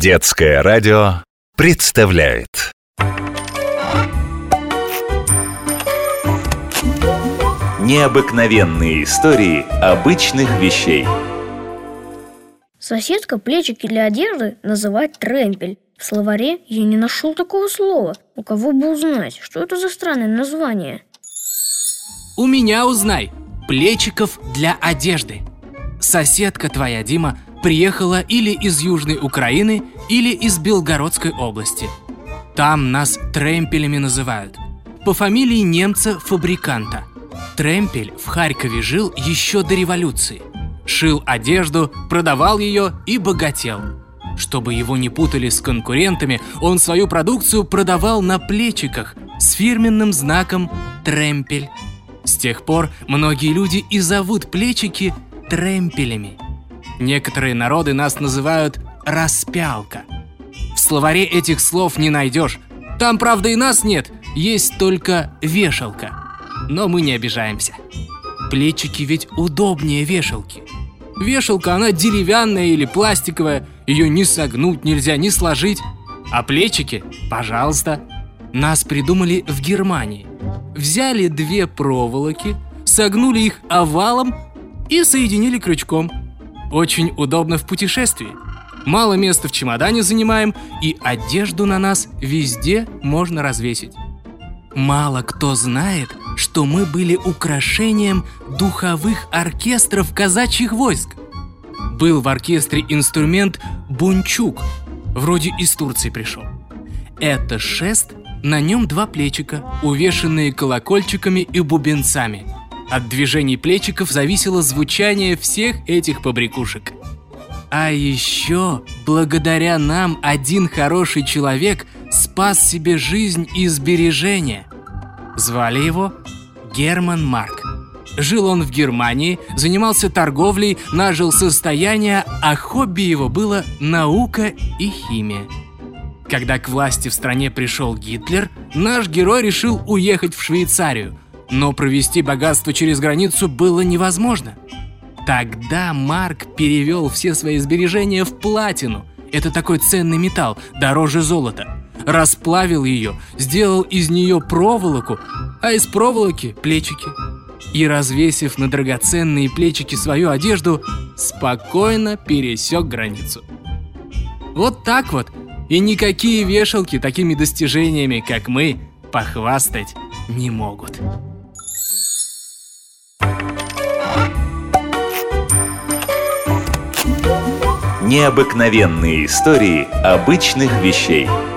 Детское радио представляет необыкновенные истории обычных вещей. Соседка плечики для одежды называет тремпель. В словаре я не нашел такого слова. У кого бы узнать, что это за странное название? У меня узнай. Плечиков для одежды. Соседка твоя, Дима, приехала или из Южной Украины, или из Белгородской области. Там нас тремпелями называют. По фамилии немца-фабриканта. Тремпель в Харькове жил еще до революции. Шил одежду, продавал ее и богател. Чтобы его не путали с конкурентами, он свою продукцию продавал на плечиках с фирменным знаком «Тремпель». С тех пор многие люди и зовут плечики тремпелями. Некоторые народы нас называют «распялка». В словаре этих слов не найдешь. Там, правда, и нас нет, есть только «вешалка». Но мы не обижаемся. Плечики ведь удобнее вешалки. Вешалка, она деревянная или пластиковая, ее ни согнуть нельзя, ни сложить. А плечики, пожалуйста. Нас придумали в Германии. Взяли две проволоки, согнули их овалом и соединили крючком. Очень удобно в путешествии. Мало места в чемодане занимаем, и одежду на нас везде можно развесить. Мало кто знает, что мы были украшением духовых оркестров казачьих войск. Был в оркестре инструмент бунчук, вроде из Турции пришел. Это шест, на нем два плечика, увешанные колокольчиками и бубенцами. От движений плечиков зависело звучание всех этих побрякушек. А еще, благодаря нам, один хороший человек спас себе жизнь и сбережения. Звали его Герман Марк. Жил он в Германии, занимался торговлей, нажил состояние, а хобби его было наука и химия. Когда к власти в стране пришел Гитлер, наш герой решил уехать в Швейцарию, но провести богатство через границу было невозможно. Тогда Марк перевел все свои сбережения в платину. Это такой ценный металл, дороже золота. Расплавил ее, сделал из нее проволоку, а из проволоки плечики. И, развесив на драгоценные плечики свою одежду, спокойно пересек границу. Вот так вот. И никакие вешалки такими достижениями, как мы, похвастать не могут. Необыкновенные истории обычных вещей.